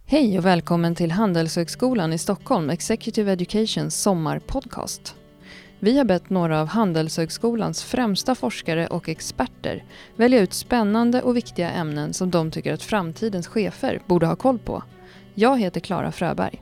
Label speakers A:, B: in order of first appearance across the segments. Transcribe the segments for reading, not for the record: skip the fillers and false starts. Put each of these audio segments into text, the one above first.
A: Hej och välkommen till Handelshögskolan i Stockholm Executive Educations sommarpodcast. Vi har bett några av Handelshögskolans främsta forskare och experter välja ut spännande och viktiga ämnen som de tycker att framtidens chefer borde ha koll på. Jag heter Clara Fröberg.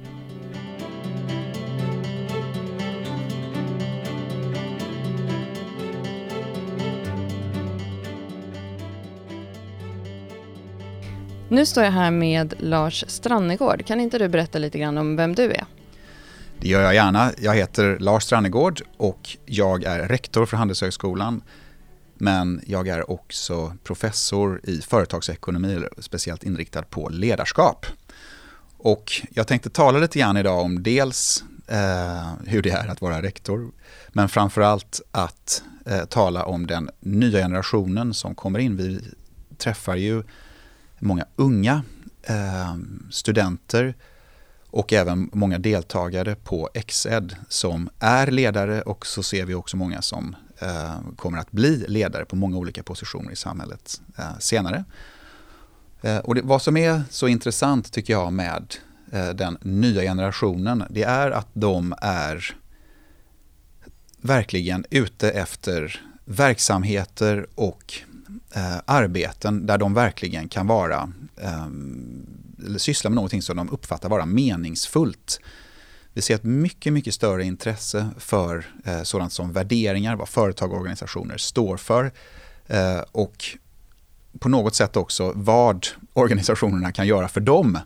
A: Nu står jag här med Lars Strannegård. Kan inte du berätta lite grann om vem du är?
B: Det gör jag gärna. Jag heter Lars Strannegård och jag är rektor för Handelshögskolan. Men jag är också professor i företagsekonomi, speciellt inriktad på ledarskap. Och jag tänkte tala lite grann idag om dels hur det är att vara rektor. Men framförallt att tala om den nya generationen som kommer in. Vi träffar ju många unga studenter och även många deltagare på XED som är ledare, och så ser vi också många som kommer att bli ledare på många olika positioner i samhället senare. Och vad som är så intressant tycker jag med den nya generationen, det är att de är verkligen ute efter verksamheter och arbeten där de verkligen kan vara eller syssla med någonting som de uppfattar vara meningsfullt. Vi ser ett mycket, mycket större intresse för sådant som värderingar, vad företag och organisationer står för, och på något sätt också vad organisationerna kan göra för dem.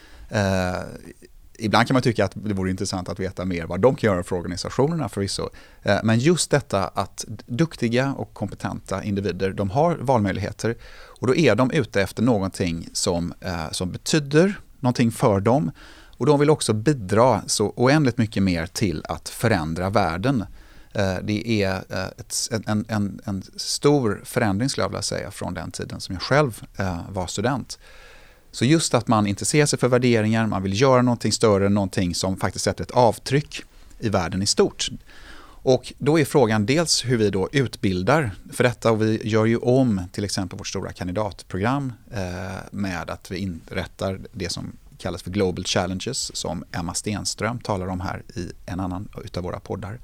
B: Ibland kan man tycka att det vore intressant att veta mer vad de kan göra för organisationerna förvisso. Men just detta att duktiga och kompetenta individer, de har valmöjligheter, och då är de ute efter någonting som betyder någonting för dem, och de vill också bidra så oändligt mycket mer till att förändra världen. Det är en stor förändring, skulle jag vilja säga, från den tiden som jag själv var student. Så just att man intresserar sig för värderingar, man vill göra någonting större, någonting som faktiskt sätter ett avtryck i världen i stort. Och då är frågan dels hur vi då utbildar för detta, och vi gör ju om till exempel vårt stora kandidatprogram med att vi inrättar det som kallas för Global Challenges, som Emma Stenström talar om här i en annan utav våra poddar.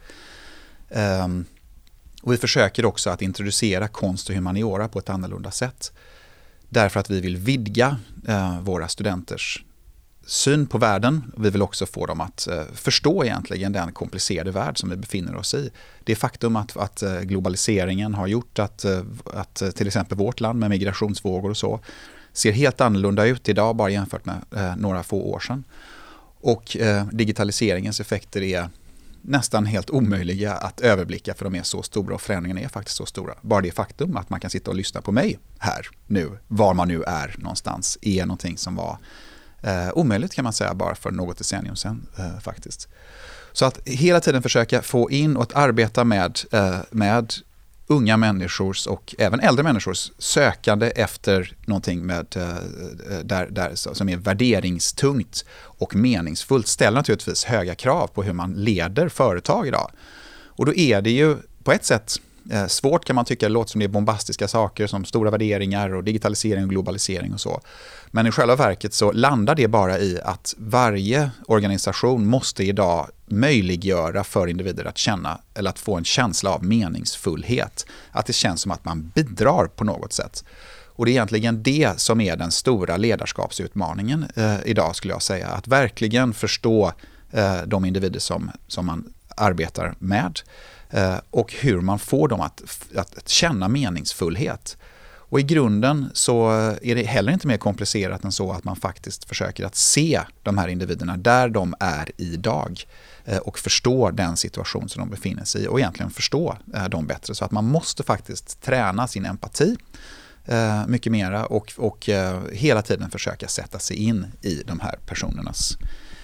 B: Och vi försöker också att introducera konst och humaniora på ett annorlunda sätt. Därför att vi vill vidga våra studenters syn på världen. Vi vill också få dem att förstå egentligen den komplicerade värld som vi befinner oss i. Det faktum att globaliseringen har gjort att till exempel vårt land med migrationsvågor och så ser helt annorlunda ut idag bara jämfört med några få år sedan. Och digitaliseringens effekter är nästan helt omöjliga att överblicka, för de är så stora och förändringarna är faktiskt så stora. Bara det faktum att man kan sitta och lyssna på mig här nu, var man nu är någonstans, är någonting som var omöjligt, kan man säga, bara för något decennium sedan faktiskt. Så att hela tiden försöka få in och att arbeta med unga människors och även äldre människors sökande efter någonting som är värderingstungt och meningsfullt, ställer naturligtvis höga krav på hur man leder företag idag. Och då är det ju på ett sätt svårt, kan man tycka, det låter som det är bombastiska saker som stora värderingar och digitalisering och globalisering och så. Men i själva verket så landar det bara i att varje organisation måste idag möjliggöra för individer att känna, eller att få en känsla av meningsfullhet. Att det känns som att man bidrar på något sätt. Och det är egentligen det som är den stora ledarskapsutmaningen idag, skulle jag säga. Att verkligen förstå de individer som man arbetar med. Och hur man får dem att känna meningsfullhet. Och i grunden så är det heller inte mer komplicerat än så att man faktiskt försöker att se de här individerna där de är idag och förstå den situation som de befinner sig i och egentligen förstå dem bättre. Så att man måste faktiskt träna sin empati mycket mera och hela tiden försöka sätta sig in i de här personernas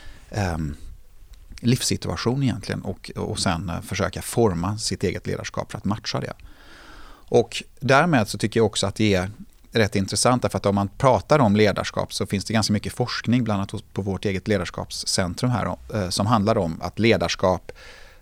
B: livssituation egentligen, och sen försöka forma sitt eget ledarskap för att matcha det. Och därmed så tycker jag också att det är rätt intressant, därför att om man pratar om ledarskap så finns det ganska mycket forskning, bland annat på vårt eget ledarskapscentrum här, som handlar om att ledarskap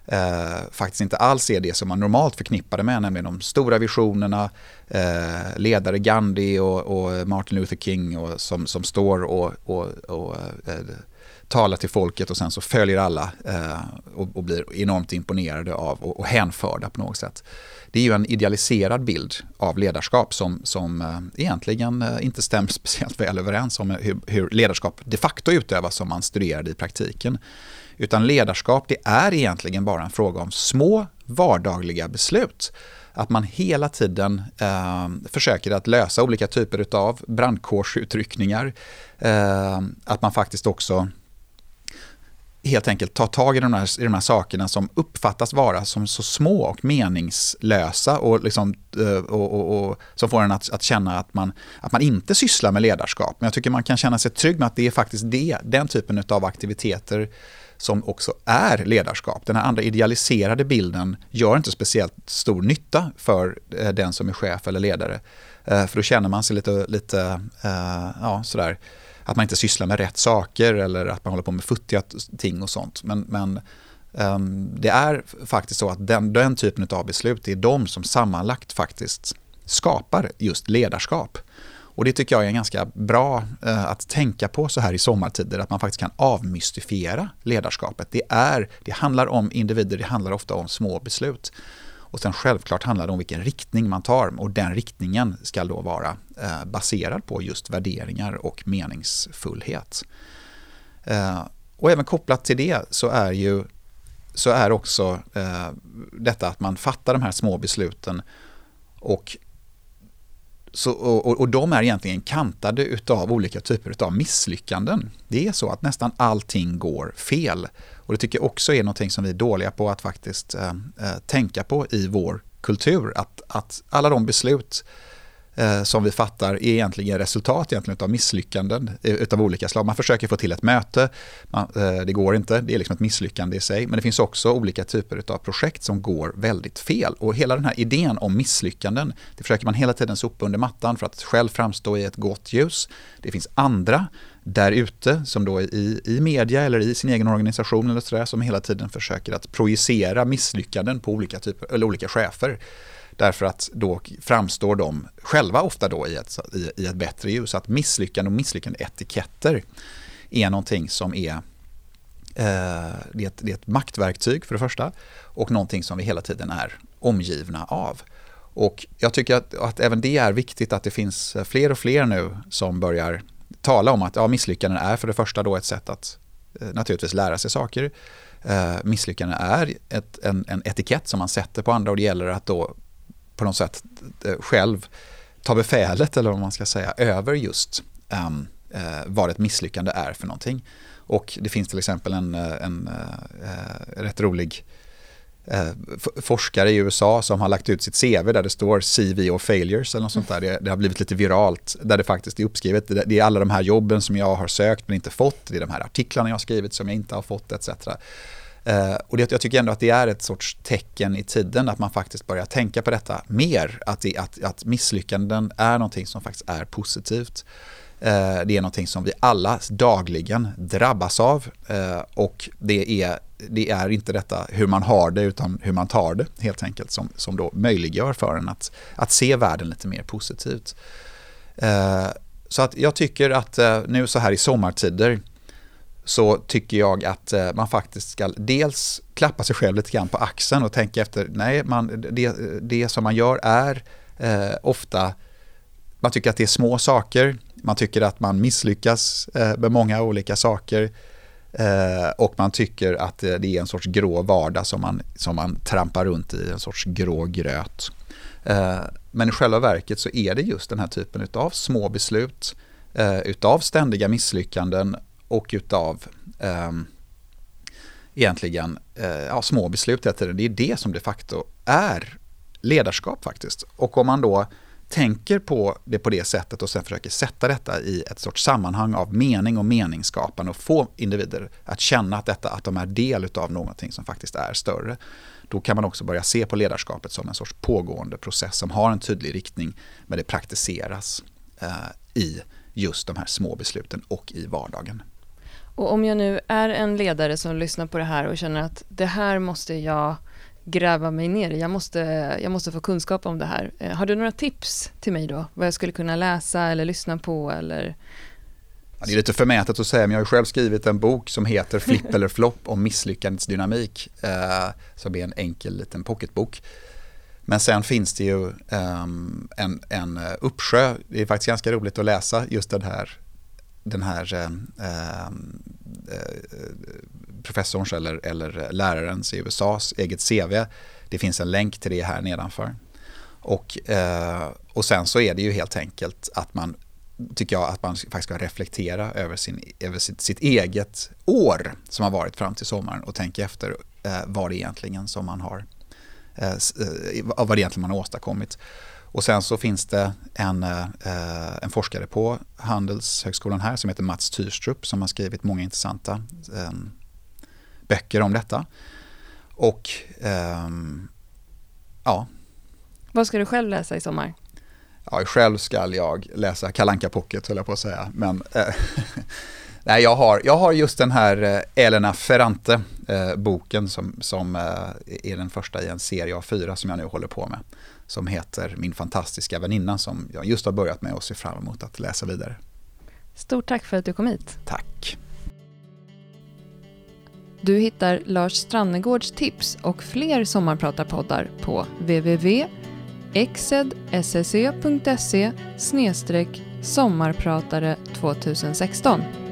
B: faktiskt inte alls är det som man normalt förknippade med, nämligen de stora visionerna, ledare Gandhi och Martin Luther King som står och talar till folket och sen så följer alla och blir enormt imponerade av och hänförda på något sätt. Det är ju en idealiserad bild av ledarskap som egentligen inte stämmer speciellt väl överens om hur ledarskap de facto utövas som man studerade i praktiken. Utan ledarskap, det är egentligen bara en fråga om små vardagliga beslut. Att man hela tiden försöker att lösa olika typer av brandkårsutryckningar. Att man faktiskt också helt enkelt tar tag i de här sakerna som uppfattas vara som så små och meningslösa och, liksom, och som får en att känna att man inte sysslar med ledarskap. Men jag tycker man kan känna sig trygg med att det är faktiskt den typen av aktiviteter som också är ledarskap. Den här andra idealiserade bilden gör inte speciellt stor nytta för den som är chef eller ledare. För då känner man sig lite sådär, att man inte sysslar med rätt saker eller att man håller på med futtiga ting och sånt. Men det är faktiskt så att den typen av beslut är de som sammanlagt faktiskt skapar just ledarskap. Och det tycker jag är ganska bra att tänka på så här i sommartider, att man faktiskt kan avmystifiera ledarskapet. Det handlar om individer, det handlar ofta om små beslut. Och sen självklart handlar det om vilken riktning man tar, och den riktningen ska då vara baserad på just värderingar och meningsfullhet. Och även kopplat till det så är också detta att man fattar de här små besluten och de är egentligen kantade utav olika typer av misslyckanden. Det är så att nästan allting går fel. Och det tycker jag också är någonting som vi är dåliga på att faktiskt tänka på i vår kultur. Att alla de beslut som vi fattar är egentligen resultat av misslyckanden utav olika slag. Man försöker få till ett möte, det går inte, det är liksom ett misslyckande i sig. Men det finns också olika typer av projekt som går väldigt fel. Och hela den här idén om misslyckanden, det försöker man hela tiden sopa under mattan för att själv framstå i ett gott ljus. Det finns andra där ute som då i media eller i sin egen organisation eller sådär, som hela tiden försöker att projicera misslyckanden på olika typer eller olika chefer. Därför att då framstår de själva ofta då i ett bättre ljus. Att misslyckande och misslyckande-etiketter är någonting som det är ett maktverktyg för det första, och någonting som vi hela tiden är omgivna av. Och jag tycker att även det är viktigt, att det finns fler och fler nu som börjar tala om att misslyckanden är för det första då ett sätt att naturligtvis lära sig saker. Misslyckanden är en etikett som man sätter på andra, och det gäller att då på något sätt själv ta befälet, eller vad man ska säga, över just vad ett misslyckande är för någonting. Och det finns till exempel en rätt rolig forskare i USA som har lagt ut sitt CV där det står CV or failures eller något sånt där. Det har blivit lite viralt, där det faktiskt är uppskrivet. Det är alla de här jobben som jag har sökt men inte fått. Det är de här artiklarna jag har skrivit som jag inte har fått, etc. Och jag tycker ändå att det är ett sorts tecken i tiden att man faktiskt börjar tänka på detta mer. Att misslyckanden är någonting som faktiskt är positivt. Det är någonting som vi alla dagligen drabbas av. Och det är inte detta hur man har det, utan hur man tar det helt enkelt, som då möjliggör för en att se världen lite mer positivt. Så att jag tycker att nu så här i sommartider så tycker jag att man faktiskt ska dels klappa sig själv lite grann på axeln och tänka efter, det som man gör är ofta, man tycker att det är små saker, man tycker att man misslyckas med många olika saker, och man tycker att det är en sorts grå vardag som man trampar runt i, en sorts grå gröt. Men i själva verket så är det just den här typen av små beslut, utav ständiga misslyckanden och utav egentligen små beslut. Det är det som de facto är ledarskap faktiskt. Och om man då tänker på det på det sättet och sen försöker sätta detta i ett sorts sammanhang av mening och meningsskapande och få individer att känna att de är del av någonting som faktiskt är större, då kan man också börja se på ledarskapet som en sorts pågående process som har en tydlig riktning, men det praktiseras i just de här små besluten och i vardagen.
A: Och om jag nu är en ledare som lyssnar på det här och känner att det här måste jag gräva mig ner i, jag måste få kunskap om det här. Har du några tips till mig då? Vad jag skulle kunna läsa eller lyssna på eller...
B: Ja, det är lite förmätet att säga, men jag har själv skrivit en bok som heter Flipp eller flopp om misslyckandets dynamik, som är en enkel liten pocketbok. Men sen finns det ju en uppsjö, det är faktiskt ganska roligt att läsa just den här professorns eller lärarens i USAs eget CV. Det finns en länk till det här nedanför. Och sen så är det ju helt enkelt att man faktiskt ska reflektera över sitt eget år som har varit fram till sommaren och tänka efter vad det egentligen som man har vad det egentligen man har åstadkommit. Och sen så finns det en forskare på Handelshögskolan här som heter Mats Tyrstrup som har skrivit många intressanta böcker om detta. Och ja.
A: Vad ska du själv läsa i sommar?
B: Ja, själv ska jag läsa Kalle Anka Pocket, höll jag på att säga. Men nej, jag har just den här Elena Ferrante boken som är den första i en serie av 4 som jag nu håller på med. Som heter Min fantastiska väninna, som jag just har börjat med och ser fram emot att läsa vidare.
A: Stort tack för att du kom hit.
B: Tack.
A: Du hittar Lars Strannegårds tips och fler sommarpratarpoddar på www.exedsse.se/sommarpratare 2016.